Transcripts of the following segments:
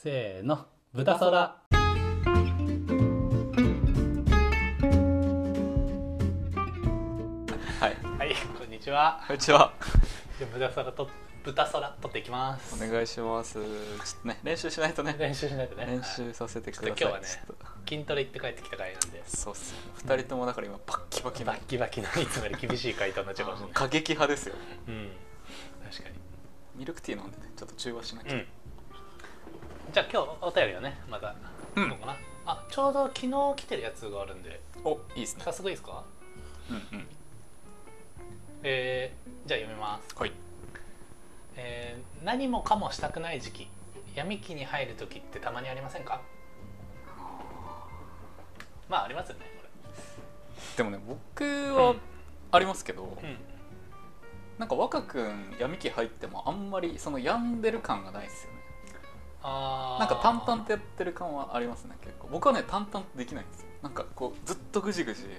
せーの、豚そら。 はい、 はい、こんにちは。 こんにちは。 じゃあ豚そら取っていきます。 お願いします。ちょっとね、練習しないとね。 練習しないとね。 練習させてください。 今日はね、筋トレ行って帰ってきた回なんで。 そうっすね。2人ともだから今バッキバキの。 バッキバキのいつもより厳しい回答になっちゃうかもしれない。 過激派ですよ。 うん。確かに。 ミルクティー飲んでね、ちょっと中和しなきゃ。 じゃあ今日お便りをね、またどうかな。ちょうど昨日来てるやつがあるんで。 お、いいですね。 早速いいですか？ うんうん。 じゃあ読みます。 はい。 何もかもしたくない時期、闇期に入る時ってたまにありませんか？まあありますよねこれ。でもね、僕はありますけど、なんか若くん闇期入ってもあんまりその病んでる感がないですよね。なんか淡々とやってる感はありますね。結構僕はね、淡々とできないんですよ。なんかこうずっとぐじぐじ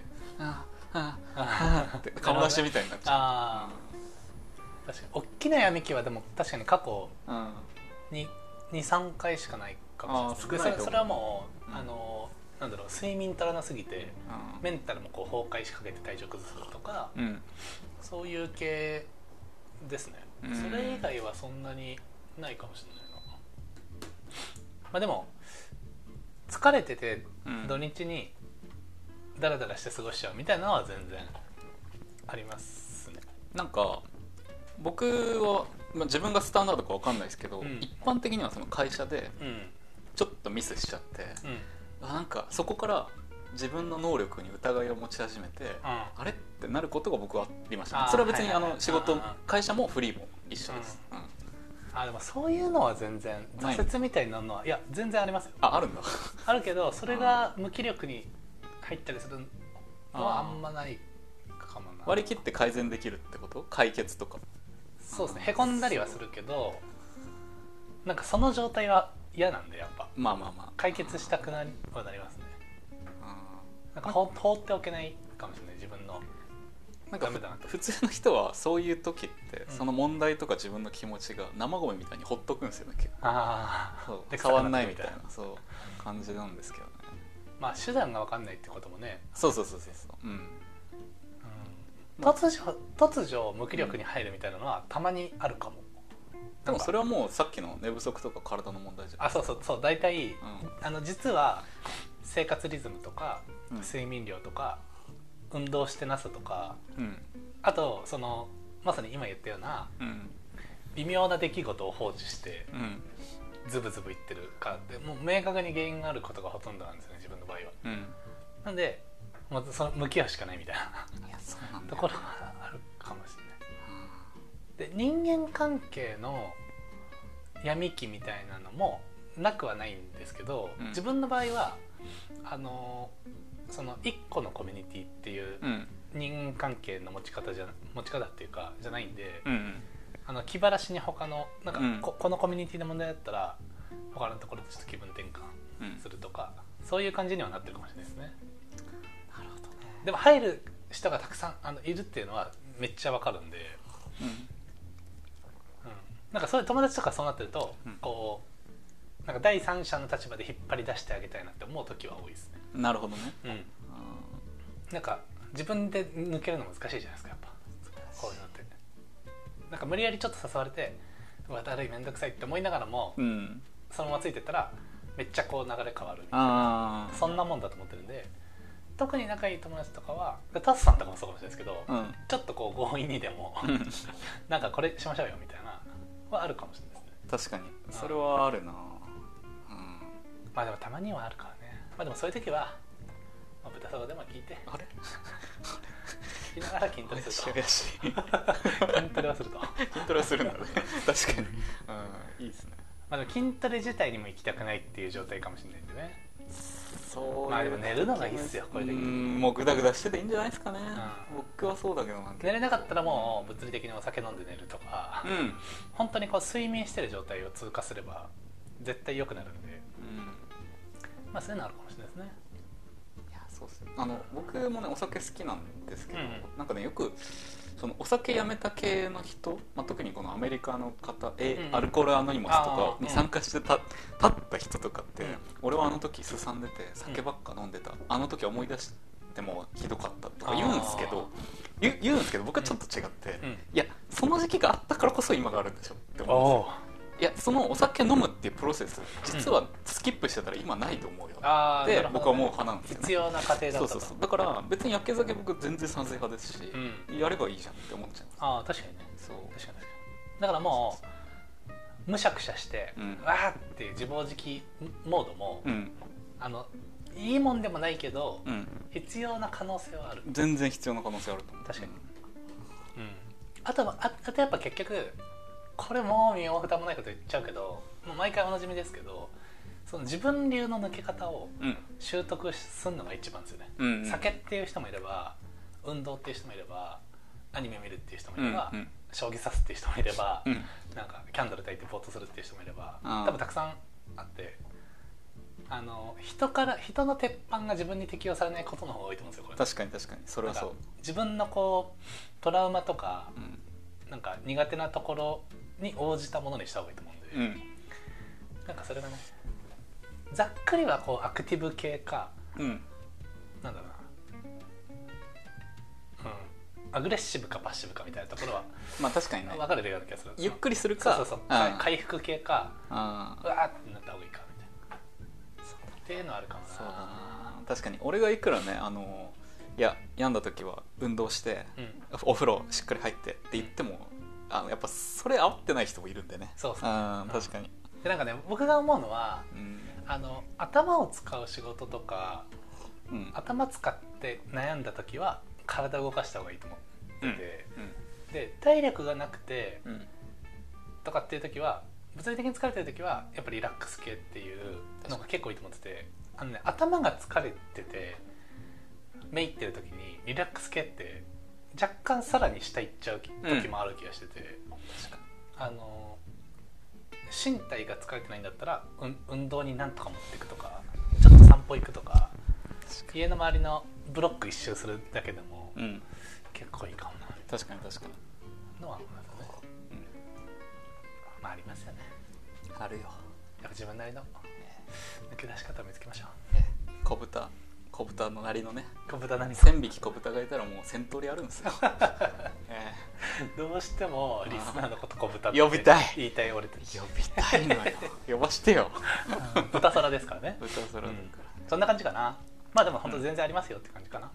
って顔出しみたいになっちゃう。 確かに大きな闇期はでも確かに過去に 2,3 回しかないかもしれない。それはもう、なんだろう、睡眠足らなすぎて、メンタルもこう崩壊しかけて体調崩すとか、そういう系ですね。それ以外はそんなにないかもしれないな。まあでも疲れてて土日にダラダラして過ごしちゃうみたいなのは全然ありますね。 なんか僕は、自分がスタンダードか分かんないですけど、一般的にはその会社でちょっとミスしちゃって、なんかそこから自分の能力に疑いを持ち始めて、あれってなることが僕はありました、ね。それは別に仕事、会社もフリーも一緒です。 でもそういうのは全然挫折みたいになるのはいや全然ありますよ。 あるんだ。 あるけどそれが無気力に入ったりするのはあんまないかもな。 割り切って改善できるってこと？解決とか。 そうですね。へこんだりはするけど、なんかその状態は嫌なんでやっぱ。解決したくなりはなりますね。なんか放っておけないかもしれない自分の。 なんか普通の人はそういう時ってその問題とか自分の気持ちが生米みたいにほっとくんですよね。結構変わんないみたいなそう感じなんですけどね。 まあ手段が分かんないってこともね。 そう。 突如無気力に入るみたいなのはたまにあるかも。 でもそれはもうさっきの寝不足とか体の問題じゃない。 そう大体、実は生活リズムとか、睡眠量とか運動してなさとか、あとそのまさに今言ったような、微妙な出来事を放置して、ズブズブいってるかでもう明確に原因があることがほとんどなんですよね自分の場合は。なんでもうその向き合うしかないみたいなところはあるかもしれない。で人間関係の闇期みたいなのもなくはないんですけど、自分の場合はその1個のコミュニティっていう人間関係の持ち方っていうかじゃないんで、気晴らしに他のなんか、このコミュニティの問題だったら他のところでちょっと気分転換するとか、そういう感じにはなってるかもしれないですね。 なるほどね。 でも入る人がたくさんいるっていうのはめっちゃわかるんで、なんかそういう友達とかそうなってると、こうなんか第三者の立場で引っ張り出してあげたいなって思う時は多いですね。 なるほどね。 なんか自分で抜けるの難しいじゃないですかやっぱこういうのって。なんか無理やりちょっと誘われてだるいめんどくさいって思いながらも、そのままついてったらめっちゃこう流れ変わるみたいな、そんなもんだと思ってるんで、特に仲いい友達とかはタスさんとかもそうかもしれないですけど、ちょっとこう強引にでもなんかこれしましょうよみたいなはあるかもしれないですね。 確かにそれはあるな。 まあでもたまにはあるからね。まあでもそういう時は、豚そばでも聞いて聞きながら筋トレすると筋トレはすると筋トレはするんだね。確かに、いいですね。 まあでも筋トレ自体にも行きたくないっていう状態かもしれないんでね。 まあでも寝るのがいいっすよこれで。 もうグダグダしてていいんじゃないですかね。僕はそうだけどな。 寝れなかったらもう物理的にお酒飲んで寝るとか、本当にこう睡眠してる状態を通過すれば絶対良くなるんで、まあそういうのあるかもしれないですね。 いやそうっすよ。僕もねお酒好きなんですけど、なんかねよくそのお酒やめた系の人、特にこのアメリカの方、アルコールアノニマスとかに参加して立った人とかって、俺はあの時すさんでて酒ばっか飲んでた、あの時思い出してもひどかったとか言うんですけど僕はちょっと違って、いやその時期があったからこそ今があるんでしょって思うんですよ。いやそのお酒飲むっていうプロセス実はスキップしてたら今ないと思うよって僕は思う派なんですよね。 必要な過程だった。 そうだから別にやけ酒僕全然賛成派ですし、やればいいじゃんって思っちゃいます。 確かにね。確かにだからもうむしゃくしゃして、わーって自暴自棄モードも、いいもんでもないけど、必要な可能性はある。 全然必要な可能性あると思う。 確かに、あとやっぱ結局これも身も蓋もないこと言っちゃうけど、もう毎回おなじみですけど、その自分流の抜け方を習得するのが一番ですよね。酒っていう人もいれば、運動っていう人もいれば、アニメ見るっていう人もいれば、将棋指すっていう人もいれば、なんかキャンドル焚いてぼーっとするっていう人もいれば、多分たくさんあって、人の鉄板が自分に適用されないことの方が多いと思うんですよ。これ確かにそれはそう。 自分のこうトラウマとか、なんか苦手なところに応じたものにした方がいいと思うんで、なんかそれがね、ざっくりはこうアクティブ系か、なんだろうな、アグレッシブかパッシブかみたいなところは確かにね、 分かれるような気がする。 ゆっくりするか、 回復系か、うわーってなった方がいいかみたいなっていうのはあるかもな。 そうだな。確かに俺がいくらね、病んだ時は運動して、お風呂しっかり入ってって言っても、やっぱそれ合ってない人もいるんでね。確かに。 でなんかね、僕が思うのは、頭を使う仕事とか、頭使って悩んだ時は体を動かした方がいいと思ってて、で体力がなくて、とかっていう時は、物理的に疲れてる時はやっぱりリラックス系っていうのが結構いいと思ってて、頭が疲れててめいってる時にリラックス系って若干さらに下行っちゃう時もある気がしてて、身体が疲れてないんだったら、運動になんとか持っていくとか、ちょっと散歩行くとか、家の周りのブロック一周するだけでも、結構いいかもな。 確かにのは思いますね。ありますよね。 あるよ。 やっぱ自分なりの抜け出し方を見つけましょう。 小豚のなりのね、 1000 匹小豚がいたらもう1000通りあるんですよ。 どうしてもリスナーのこと小豚って呼びたい、 言いたい俺たち。 呼びたいのよ。呼ばしてよ。 豚空ですからね。 豚空だから、 そんな感じかな。でも本当全然ありますよって感じかな。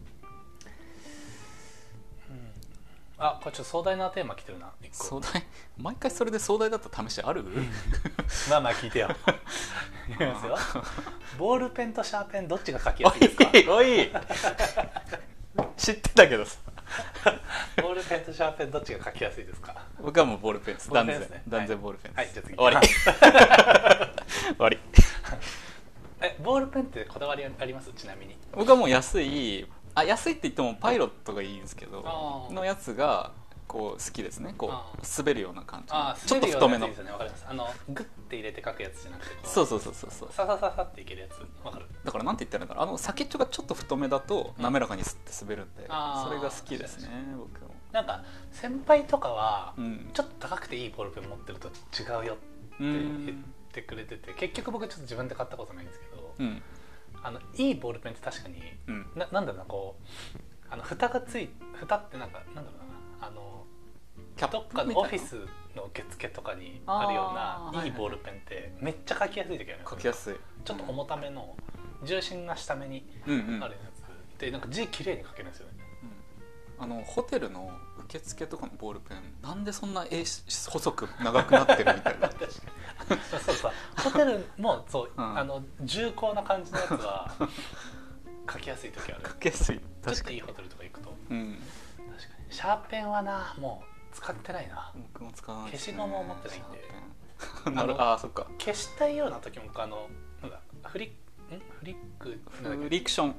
これちょっと壮大なテーマ来てるな。 壮大、毎回それで壮大だった試しある？ 聞いてよ。いきますよ。ボールペンとシャーペンどっちが書きやすいですか？ おい知ってたけどさ。 ボールペンとシャーペンどっちが書きやすいですか？ 僕はもうボールペンです。断然ボールペンです。 はい、じゃあ次終わり。 ボールペンってこだわりあります？ちなみに。 僕はもう安いって言ってもパイロットがいいんですけどのやつがこう好きですね。こう滑るような感じ、ちょっと太めの。 わかります。グッて入れて書くやつじゃなくて、 そうササっていけるやつ。わかる。 だからなんて言ったらいいのかな、先っちょがちょっと太めだと滑らかに吸って滑るんで、それが好きですね。僕もなんか先輩とかはちょっと高くていいボールペン持ってると違うよって言ってくれてて、結局僕ちょっと自分で買ったことないんですけど、いいボールペンって確かに、なんだろうな、こう蓋ってなんだろうな、どっかのオフィスの受付とかにあるようないいボールペンってめっちゃ書きやすい時ある。 書きやすい。 ちょっと重ための重心が下目にあるやつで、なんか字綺麗に書けるんですよね。 ホテルの受付とかのボールペンなんでそんな細く長くなってるみたいな。確かに。 そうホテルもそう、重厚な感じのやつは書きやすい時ある。 書きやすい。 ちょっといいホテルとか行くと。確かに。シャーペンはな、もう使ってないな。 僕も使わない。 消しゴムを持ってないんで。 そっか。 消したいような時もなんだフリクション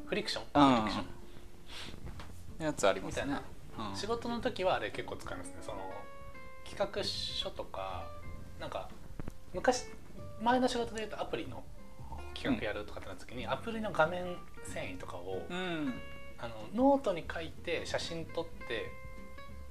やつありますね。 みたいな。仕事の時はあれ結構使いますね。その企画書とか、なんか前の仕事でいうとアプリの企画やるとかってなった時に、アプリの画面繊維とかを、ノートに書いて写真撮って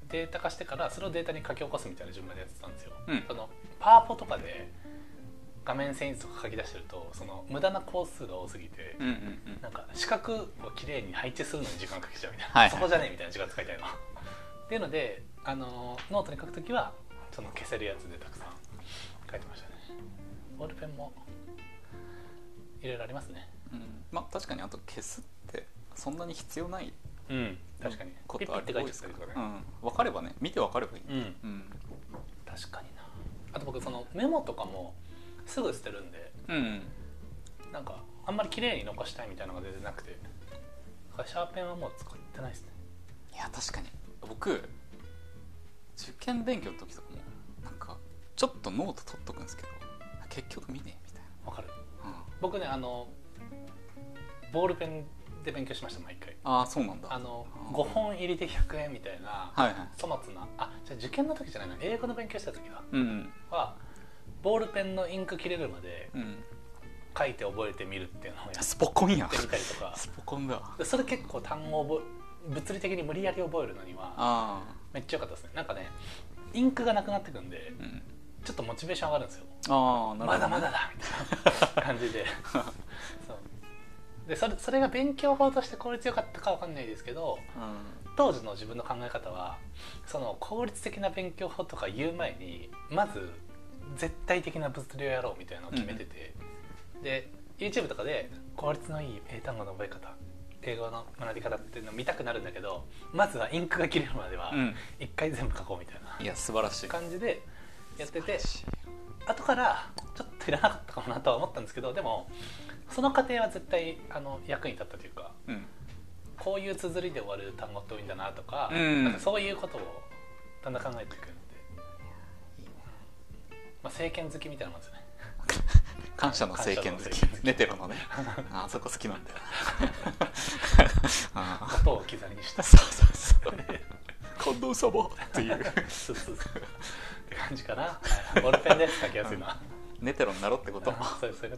データ化してからそれをデータに書き起こすみたいな順番でやってたんですよ、 そのパワポとかで画面遷移とか書き出してるとその無駄な工数が多すぎて、なんか四角をきれいに配置するのに時間かけちゃうみたいな、そこじゃねえみたいな時間使いたいのっていうのでノートに書くときはその消せるやつでたくさん書いてましたね。ボールペンもいろいろありますね。 まあ確かにあと消すってそんなに必要ない、 確かにピッピって書いてあるからね、 分かればね、見て分かればいい、 確かにな。あと僕そのメモとかもすぐ捨てるんで、なんかあんまり綺麗に残したいみたいなのが全然なくて、シャーペンはもう使ってないですね。 いや確かに僕受験勉強の時とかもなんかちょっとノート取っとくんですけど結局見ねえみたいな。 わかる、僕ねボールペンで勉強しました。毎回。 ああそうなんだ。 5本入りで100円みたいな、粗末な、じゃあ受験の時じゃないな、英語の勉強した時だ、はボールペンのインク切れるまで書いて覚えてみるっていうのをやってスポコンやみたりとかスポコンだ。 それ結構単語を物理的に無理やり覚えるのにはめっちゃ良かったですね。なんかねインクがなくなってくんで、ちょっとモチベーション上がるんですよ。まだまだだみたいな感じでそうでそれが勉強法として効率良かったかわかんないですけど、当時の自分の考え方はその効率的な勉強法とか言う前にまず絶対的な物理をやろうみたいなのを決めてて、で YouTube とかで効率のいい英単語の覚え方、英語の学び方っていうのを見たくなるんだけど、まずはインクが切れるまでは一回全部書こうみたいな、 いや素晴らしい感じでやってて、後からちょっといらなかったかもなとは思ったんですけど、でもその過程は絶対役に立ったというか、こういう綴りで終わる単語って多いんだなとか、なんかそういうことをだんだん考えていくので、政権好きみたいなもんですよね。 感謝の政権好き、ネテロのねあそこ好きなんだよ音を置き去りにしたそう近藤様っていうそうって感じかな。ボールペンで書きやすいのはネテロになろうってことそういうこと。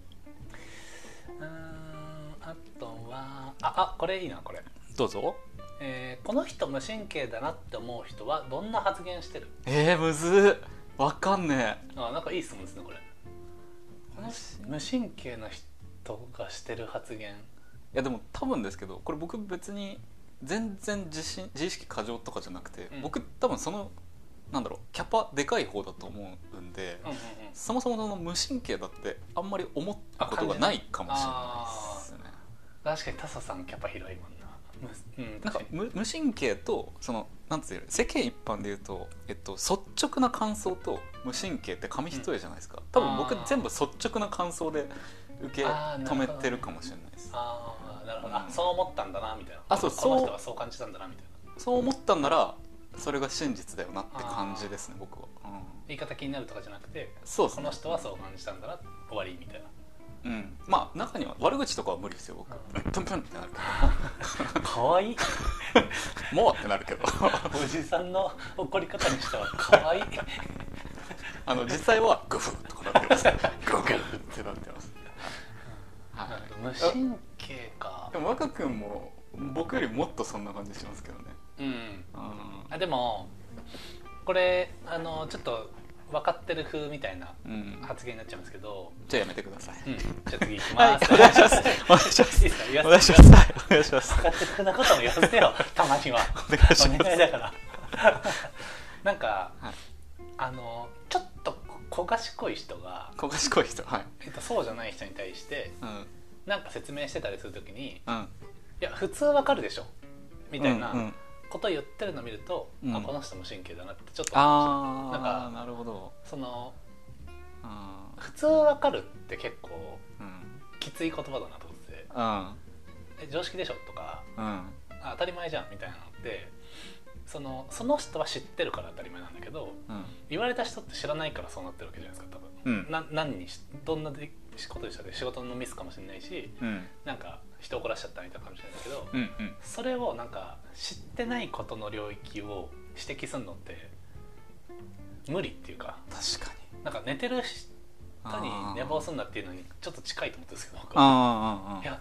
あとはこれいいな。これどうぞ。 この人無神経だなって思う人はどんな発言してる？ むずっ、わかんねえ。 なんかいい質問ですねこれ。無神経な人がしてる発言。いやでも多分ですけど、これ僕別に全然自意識過剰とかじゃなくて、僕多分そのなんだろうキャパでかい方だと思うんで、そもそもその無神経だってあんまり思ったことがないかもしれないですね。 確かにタサさんキャパ広いもんな。 なんか無神経とそのなんていうの、世間一般で言うと、率直な感想と無神経って紙一重じゃないですか。多分僕全部率直な感想で受け止めてるかもしれないです。 なるほど。そう思ったんだなみたいな。この人はそう感じたんだなみたいな。 そう思ったんならそれが真実だよなって感じですね僕は。 言い方気になるとかじゃなくて、 そうですね、 この人はそう感じたんだな、終わりみたいな。 まあ中には悪口とかは無理ですよ僕。プンプンってなるけどかわいいもうってなるけどおじさんの怒り方にしてはかわいい実際はグフとかなってますグフってなってます。 無神経か。 でも若君も僕よりもっとそんな感じしますけどね。 でもこれちょっと分かってる風みたいな発言になっちゃいますけど、 じゃあやめてください。 じゃあ次いきます。 お願いします。お願いします。 いいですか？ お願いします。お願いします。 分かってる風なことも言わせてよたまには。 お願いします。 お願いだからなんかちょっと小賢い人がそうじゃない人に対してなんか説明してたりするときに、いや普通わかるでしょみたいなことを言ってるのを見ると、この人も神経だなってちょっと思いました。なんかなるほど。 その普通わかるって結構きつい言葉だなと思ってて、常識でしょとか当たり前じゃんみたいなのってその人は知ってるから当たり前なんだけど、言われた人って知らないからそうなってるわけじゃないですか多分。どんなことでしたって仕事のミスかもしれないし、なんか人を怒らしちゃったみたいなかもしれないけど、それをなんか知ってないことの領域を指摘するのって無理っていうか、 確かになんか寝てる人に寝坊するんだっていうのにちょっと近いと思ってるんですけど、いや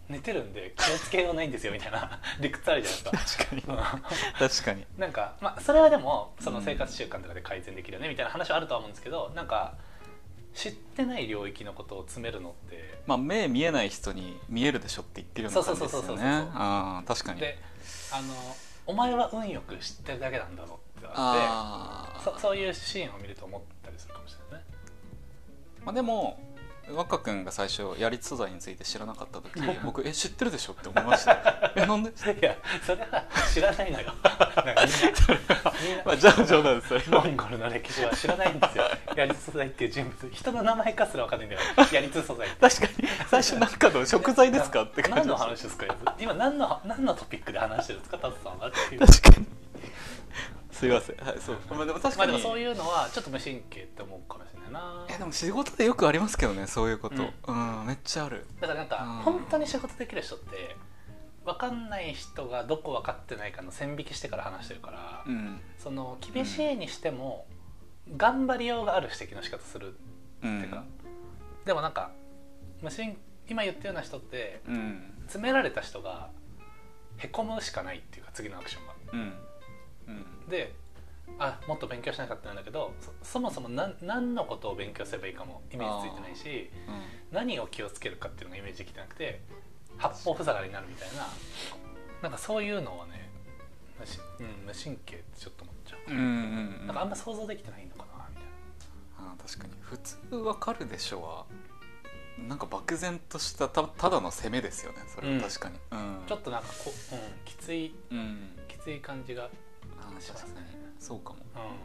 寝てるんで気をつけようないんですよみたいな理屈あるじゃないですか。 確かに確かになんか、まあ、それはでもその生活習慣とかで改善できるよねみたいな話はあるとは思うんですけど、なんか知ってない領域のことを詰めるのって、 まあ目見えない人に見えるでしょって言ってるような感じですよね。ああ確かに。 でお前は運よく知ってるだけなんだぞってあってそういうシーンを見ると思ったりするかもしれないね。 まあ、でも若君が最初やり素材について知らなかった時僕知ってるでしょって思いましたなんでいやそれは知らないのよまあじゃあ冗談です。 モンゴルの歴史は知らないんですよ。やり素材っていう人物、人の名前かすら分かんないんだよ。やり素材確かに最初何かの食材ですかって感じ。 何の話ですか今何のトピックで話してるんですかタツさんはっていう。 確かにすいません、はい、そう。まあでも確かに、 まあ、でもそういうのはちょっと無神経って思うかもしれないな。 でも仕事でよくありますけどねそういうこと、めっちゃある。 だからなんか、本当に仕事できる人って分かんない人がどこ分かってないかの線引きしてから話してるから、その厳しいにしても、頑張りようがある指摘の仕方するっていうか、でもなんか今言ったような人って、詰められた人がへこむしかないっていうか次のアクションが。でもっと勉強しなきゃってなんだけど、そもそも何のことを勉強すればいいかもイメージついてないし、何を気をつけるかっていうのがイメージできてなくて八方塞がりになるみたいな、なんかそういうのはね無神経ってちょっと思っちゃう。なんかあんま想像できてないのかなみたいな。 確かに普通わかるでしょはなんか漠然としたただの攻めですよねそれは。確かに、 ちょっとなんかきつい感じがしますね。 そうかも、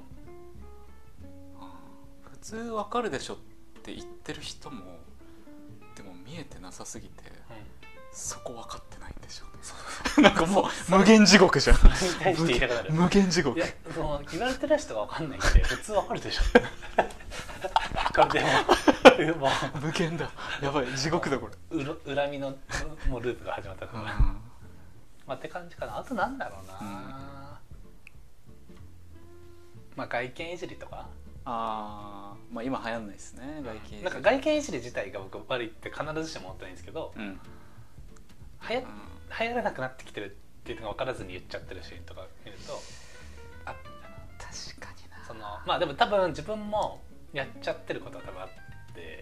普通わかるでしょって言ってる人もでも見えてなさすぎて、そこ分かってないんでしょうねなんかもう無限地獄じゃん無限地獄。いや言われてる人が分かんないんで普通分かるでしょこれでも無限だ、やばい地獄だこれ。 恨みのもうループが始まったから、まあって感じかな。あとなんだろうな、まあ外見いじりとか。 まあ今流行んないですね外見いじり。 なんか外見いじり自体が僕悪いって必ずしも思ってないんですけど、流行らなくなってきてるっていうのが分からずに言っちゃってるシーンとか見ると確かにな。 まあでも多分自分もやっちゃってることは多分あって、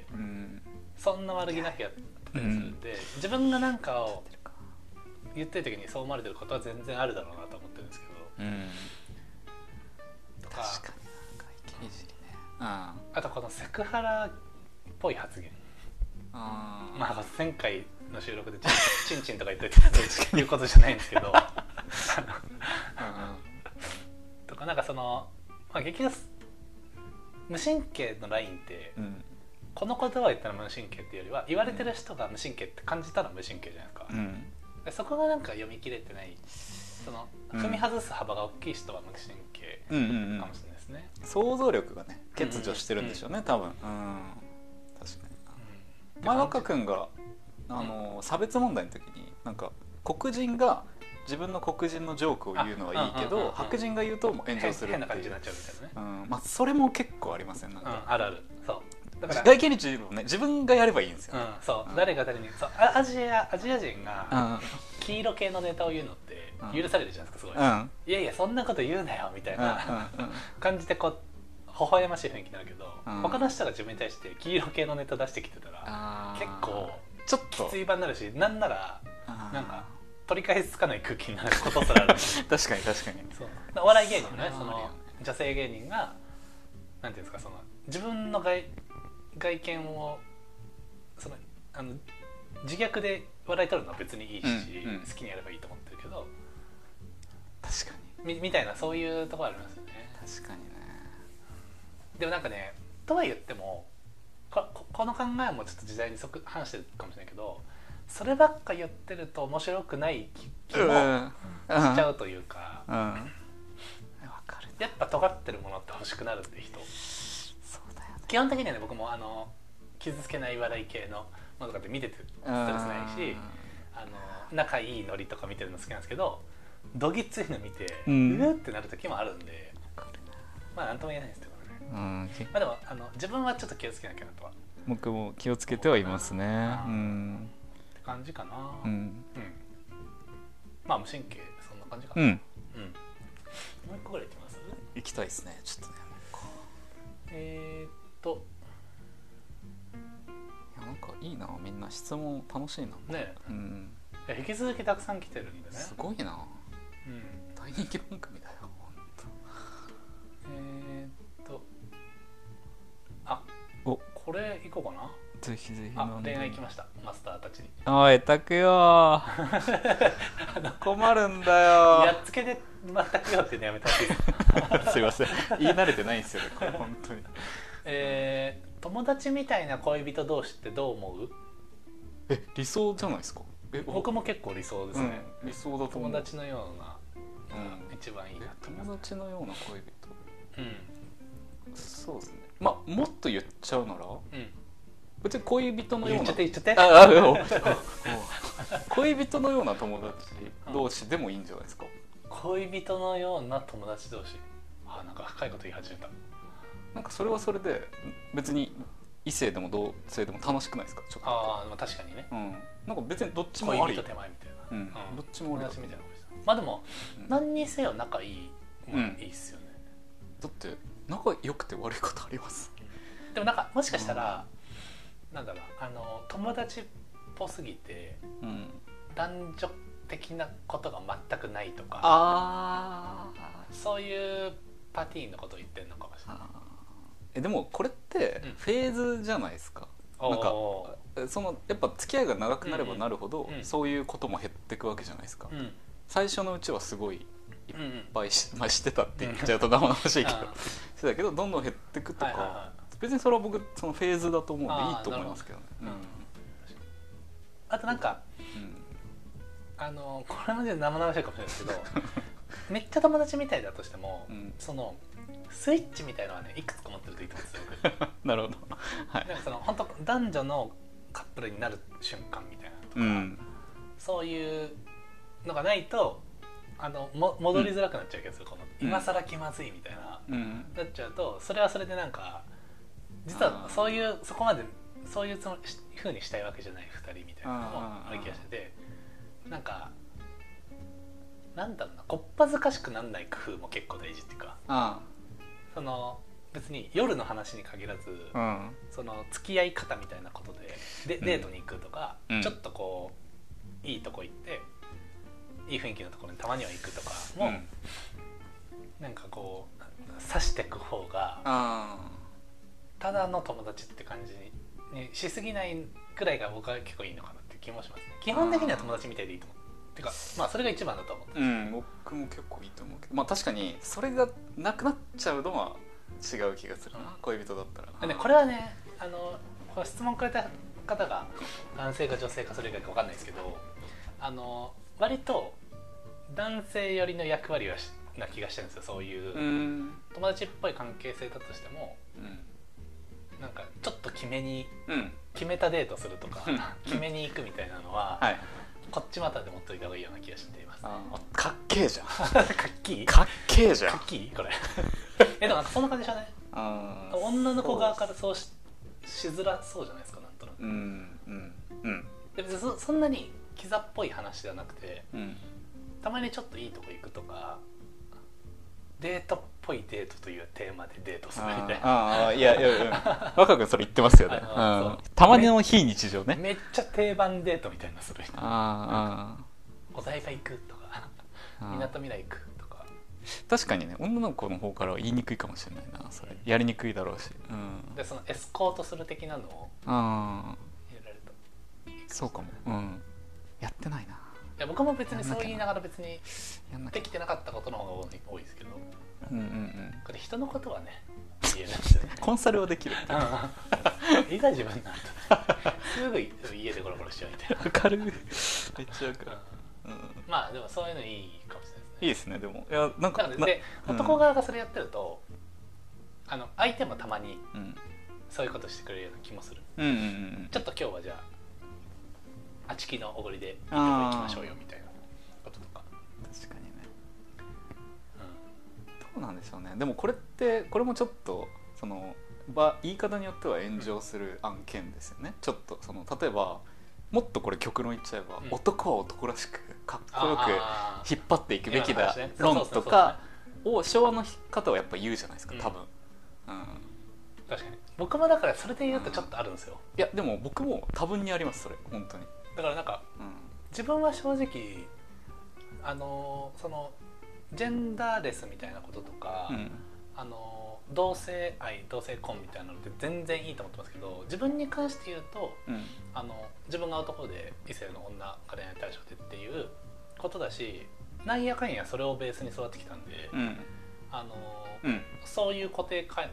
そんな悪気なくやってたりするんで、自分が何かを言ってる時にそう思われてることは全然あるだろうなと思ってるんですけど、 確かに外見いじりね。 あとこのセクハラっぽい発言、まあ前回の収録でチンチンとか言っといてということじゃないんですけどとかなんかその、まあ、結局無神経のラインって、この言葉を言ったら無神経っていうよりは言われてる人が無神経って感じたら無神経じゃないですか、そこがなんか読み切れてない、その踏み外す幅が大きい人は無神経かもしれないですね。 想像力がね欠如してるんでしょうね、多分。確かに。前若君が差別問題の時になんか黒人が自分の黒人のジョークを言うのはいいけど白人が言うともう炎上するっていう変な感じになっちゃうみたいなね。 まあそれも結構ありません？なんかあるある。そうだから外見についてもね自分がやればいいんですよ。 そう誰が誰にアジア人が黄色系のネタを言うのって許されるじゃないですかすごい。いやいやそんなこと言うなよみたいな感じでこう微笑ましい雰囲気になるけど、他の人が自分に対して黄色系のネタ出してきてたら結構ちょっときつい場になるし、なんならなんか取り返しつかない空気になることすらある確かにそうお笑い芸人のね、その女性芸人がなんていうんですか、その自分の外見をその自虐で笑い取るのは別にいいし、好きにやればいいと思ってるけど、 確かにみたいなそういうところありますよね。 確かにね。 でもなんかね、とは言ってもこの考えもちょっと時代に反してるかもしれないけど、そればっか言ってると面白くない気もしちゃうというか、やっぱ尖ってるものって欲しくなるんで人。 そうだよね。 基本的にはね、僕も傷つけない笑い系のものとかって見ててストレスないし、仲いいノリとか見てるの好きなんですけど、どぎついの見てうってなる時もあるんで、まあなんとも言えないですけどね。まあでも自分はちょっと気をつけなきゃなとは。 僕も気をつけてはいますね。 って感じかな。 うん、 まあ無神経そんな感じかな。もう一個ぐらいいきます？ 行きたいですね。ちょっとね。いやなんかいいな、みんな質問楽しいな。 ねえ、引き続きたくさん来てるんでね。 すごいな。大人気番組だよ。 これいこうかな。 ぜひぜひ。 恋愛来ました。マスターたちに。 おい、たくよ困るんだよ。 やっつけで全くよっていうのやめたってすいません、言い慣れてないんですよね、これ本当に。 友達みたいな恋人同士ってどう思う？ 理想じゃないですか。 僕も結構理想ですね。 理想だと思う。 友達のような、一番いいなと思います。 友達のような恋人。そうですね。まあもっと言っちゃうなら、別に恋人のような。 言っちゃって。 恋人のような友達同士でもいいんじゃないですか。 恋人のような友達同士。なんか深いこと言い始めた。 なんかそれはそれで別に異性でも同性でも楽しくないですか。ちょっと。 確かにね。 なんか別にどっちもあり。 恋人手前みたいな。 どっちもあり。 友達みたいな。まあでも何にせよ仲いいいいっすよね。 だって仲良くて悪いことあります？ でもなんかもしかしたらなんだろう、友達っぽすぎて男女的なことが全くないとか、そういうパティーンのことを言ってるのかもしれない。 でもこれってフェーズじゃないですか。なんかやっぱ付き合いが長くなればなるほどそういうことも減っていくわけじゃないですか。最初のうちはすごいいっぱいしてたって言っちゃうと生々しいけどしてたけど、どんどん減っていくとか、別にそれは僕そのフェーズだと思うんでいいと思いますけどね。 あとなんかこれまで生々しいかもしれないですけどめっちゃ友達みたいだとしても、そのスイッチみたいなのはねいくつか持ってるといいと思うんですよ。 なるほど。 なんかその本当男女のカップルになる瞬間みたいなとか、そういうのがないと戻りづらくなっちゃうけど、この今更気まずいみたいな、なっちゃうと、それはそれでなんか実はそこまでそういう風にしたいわけじゃない2人みたいなのもある気がしてて、なんかなんだろうな、こっぱずかしくなんない工夫も結構大事っていうか、その別に夜の話に限らず、その付き合い方みたいなことでデートに行くとか、ちょっとこういいとこ行っていい雰囲気のところにたまには行くとかも、なんかこう刺していく方がただの友達って感じにしすぎないくらいが僕は結構いいのかなって気もしますね。基本的には友達みたいでいいと思う。てかまあそれが一番だと思ってます。 僕も結構いいと思うけど、まあ確かにそれがなくなっちゃうのは違う気がするな、恋人だったらな。 これはね、この質問くれた方が男性か女性かそれ以外か分かんないですけど、割と男性寄りの役割な気がしてるんですよ。そういう友達っぽい関係性だとしても、なんかちょっと決めたデートするとか決めに行くみたいなのは、こっちまたで持っといた方がいいような気がしています。 かっけえじゃん。 かっきいかっけえじゃん。 かっきいこれでもなんかそんな感じでしょうね。女の子側からそう しづらそうじゃないですか、なんとなく。で別にそんなにキザっぽい話ではなくて、たまにちょっといいとこ行くとか、デートっぽいデートというテーマでデートするみたいな。 いや若君それ言ってますよね。たまにの非日常ね。 めっちゃ定番デートみたいなする人。お台場行くとかみなとみらい行くとか。 確かにね、女の子の方からは言いにくいかもしれないな、それ。やりにくいだろうし。 でそのエスコートする的なのを入れられるといいかもしれない。 そうかも。やってないな。 いや僕も別にそう言いながら別にできてなかったことの方が多いですけど、これ人のことはね言えないですよね。 コンサルはできる。 いざ自分になるとすぐ家でゴロゴロしちゃうみたいな。 わかる。めっちゃわかる。 まあでもそういうのいいかもしれないですね。 いいですね。でもいやなんかで男側がそれやってると相手もたまにそういうことしてくれるような気もする。ちょっと今日はじゃああちきのおごりでいいとこ行きましょうよみたいなこととか。 確かにね。どうなんでしょうね。でもこれもちょっとその言い方によっては炎上する案件ですよね。ちょっとその例えばもっとこれ極論言っちゃえば、男は男らしくかっこよく引っ張っていくべきだ論とかを昭和の方はやっぱ言うじゃないですか多分、 確かに僕もだからそれで言うとちょっとあるんですよ、 いやでも僕も多分にありますそれ本当に。 だからなんか、自分は正直そのジェンダーレスみたいなこととか、同性愛同性婚みたいなのって全然いいと思ってますけど、自分に関して言うと、自分が男で異性の女が恋愛対象でっていうことだし、なんやかんやそれをベースに育ってきたんで、そういう固定観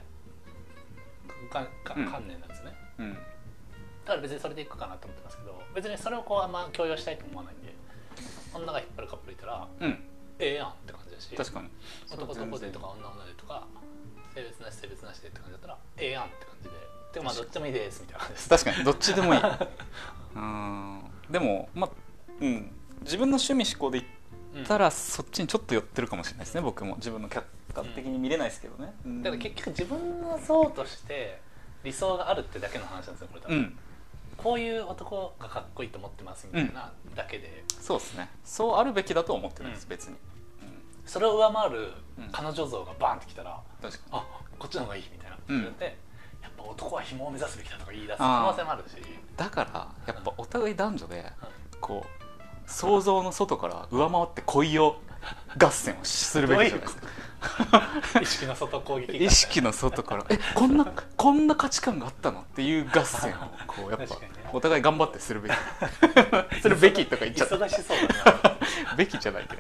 念なんですね、だから別にそれでいくかなと思ってますけど、別にそれをこうあんま強要したいと思わないんで、女が引っ張るカップルいたら、ええやんって感じだし、 確かに男でとか女でとか性別なし性別なしでって感じだったらええやんって感じで、でもまあどっちでもいいですみたいな感じです。 確かにどっちでもいいでも自分の趣味思考で言ったら、そっちにちょっと寄ってるかもしれないですね。僕も自分の客観的に見れないですけどね、 だから結局自分の像として理想があるってだけの話なんですよこれ多分、こういう男がかっこいいと思ってますみたいなだけで、 そうですね、そうあるべきだと思ってるんです、別に、 それを上回る彼女像がバンってきたら、 確かにあこっちの方がいいみたいな、でやっぱ男は紐を目指すべきだとか言い出す可能性もあるし、 だからやっぱお互い男女でこう想像の外から上回って恋を合戦をするべきじゃないですか。 意識の外攻撃、 意識の外からこんな価値観があったのっていう合戦をこうやっぱお互い頑張ってするべきするべきとか言っちゃった忙しそうだなべきじゃないけど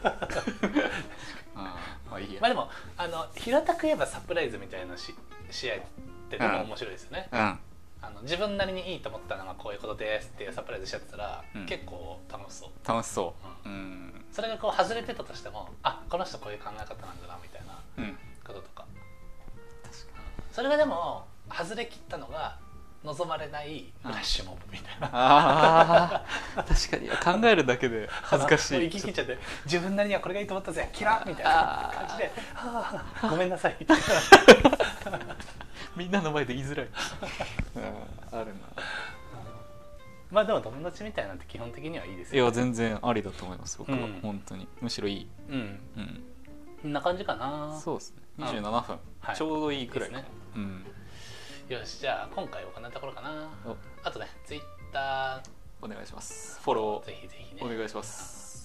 まあいいや。 まあでも平たく言えばサプライズみたいな試合ってでも面白いですよね、自分なりにいいと思ったのがこういうことですっていうサプライズしちゃってたら、結構楽しそう、 楽しそう、 それがこう外れてたとしても、あこの人こういう考え方なんだなみたいなこととか、それがでも外れ切ったのが望まれないフラッシュモブみたいな、 確かに考えるだけで恥ずかしい行き切っちゃって、自分なりにはこれがいいと思ったぜキラッみたいな感じでごめんなさいみたいなみんなの前で言いづらいあるな。 まあでも友達みたいなんて基本的にはいいですよ、ね、 いや全然ありだと思います僕は、本当にむしろいい、 こんな感じかな。 そうですね、27分、ちょうどいいくらいですね。 よし、じゃあ今回はこんなところかな。あとね、Twitter お願いします。フォローぜひぜひねお願いします。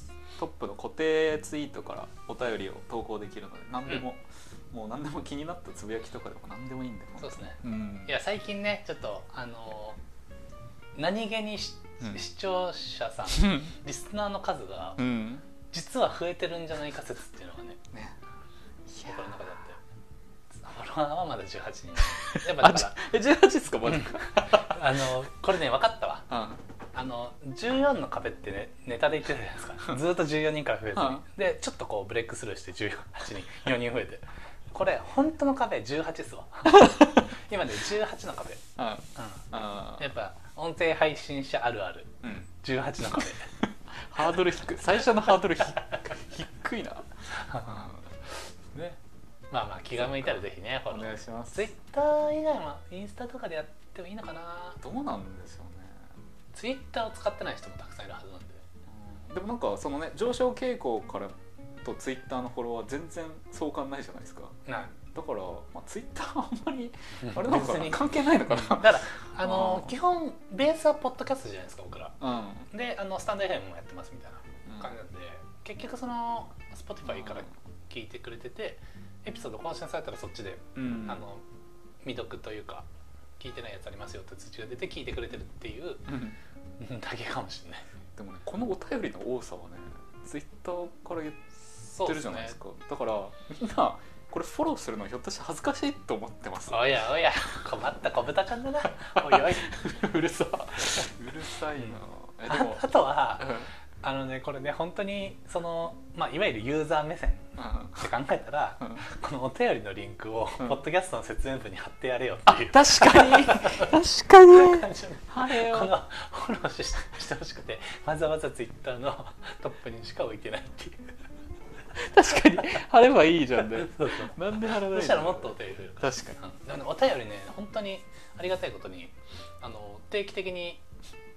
トップの固定ツイートからお便りを投稿できるので、何でも、もう何でも気になったつぶやきとかでも何でもいいんで。 そうですね、いや最近ねちょっと何気に視聴者さんリスナーの数が実は増えてるんじゃないか説っていうのがね僕の中であって、フォロワーはまだ18人やっぱだから 18ですかまだこれね分かったわ、14の壁ってねネタで言ってたじゃないですかずっと14人から増えずに、でちょっとこうブレイクスルーして18人4人増えてこれ本当の壁18ですわ今ね18の壁、やっぱ音声配信者あるある、18の壁ハードル低い、最初のハードル低いなね、まあまあ気が向いたらぜひねお願いします。 ツイッター以外はインスタとかでやってもいいのかな。 どうなんでしょうね。 ツイッターを使ってない人もたくさんいるはずなんで、 でもなんかそのね上昇傾向からとツイッターのフォロワー全然相関ないじゃないですか。 ないだから、まあ、ツイッターはあんまりあれなんか関係ないのかな。だから基本ベースはポッドキャストじゃないですか僕ら、でスタンド FM もやってますみたいな感じなんで、結局その Spotify から聞いてくれててエピソード更新されたらそっちで、未読というか聞いてないやつありますよって通知が出て聞いてくれてるっていう、だけかもしれない。 でもねこのお便りの多さはねツイッターから言ってるじゃないですか。だからみんなこれフォローするのひょっとして恥ずかしいと思ってます。 おやおや困った小豚ちゃんだなおいおいうるさいな、でもあとはこれね本当にその、いわゆるユーザー目線って考えたら、このお便りのリンクをポッドキャストの説明文に貼ってやれよっていう、 確かに貼れよこのフォローしてほしくてわざわざツイッターのトップにしか置いてないっていう確かに貼ればいいじゃんねなんで貼らないの。 そしたらもっとお便り増えるから。 確かに、 でもねお便りね本当にありがたいことに定期的に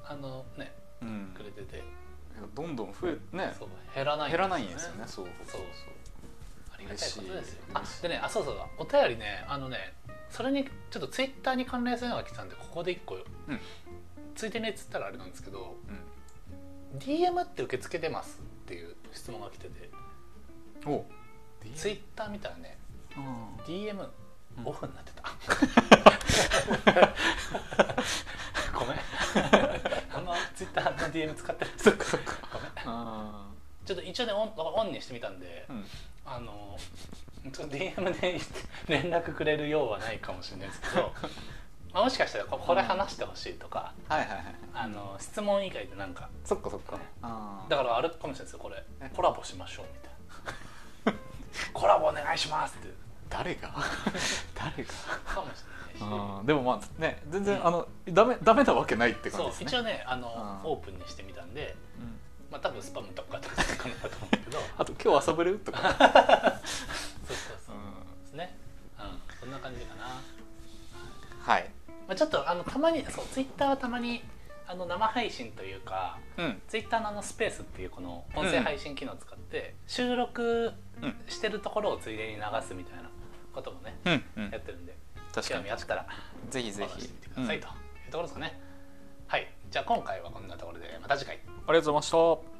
ね、くれててどんどん増えね、 そう減らないんですよね。そうありがたいことですよ。でね、そうお便りね、それにちょっとツイッターに関連するのが来たんで、ここで1個ついてねっつったらあれなんですけど、DM って受け付けてますっていう質問が来てて、ツイッター見たらね、DM オフになってた。ごめん。あんまツイッターの DM 使ってる。そっか。ごめん。ちょっと一応ねオンにしてみたんで、ちょっと DM で連絡くれるようはないかもしれないですけど、もしかしたらこれ話してほしいとか、質問以外でなんか、 そっか。 だからあるかもしれないですよ、これコラボしましょうみたいな。コラボお願いしますって。 誰がかもしれないし、 でもまあね、全然ダメなわけないって感じですね。 そう一応ねオープンにしてみたんで、まあ多分スパムとかかなと思うけど、 あと今日遊べるとか。 そうですね。そんな感じかな。 はい。 ちょっとたまにツイッターはたまに生配信というか、ツイッターのスペースっていうこの音声配信機能を使って収録してるところをついでに流すみたいなこともね、やってるんで、興味あったらぜひぜひしてみてくださいというところですかね。はい、じゃあ今回はこんなところで、また次回。 ありがとうございました。